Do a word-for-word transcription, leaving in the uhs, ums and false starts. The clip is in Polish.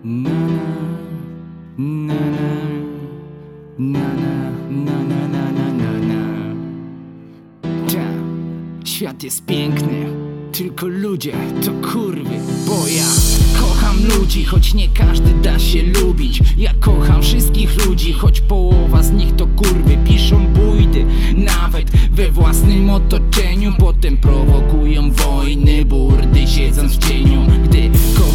Na na na na na na na na na na. Ta, świat jest piękny, tylko ludzie to kurwy. Bo ja kocham ludzi, choć nie każdy da się lubić. Ja kocham wszystkich ludzi, choć połowa z nich to kurwy. Piszą bójdy, nawet we własnym otoczeniu. Potem prowokują wojny, burdy, siedząc w cieniu. Gdy kocham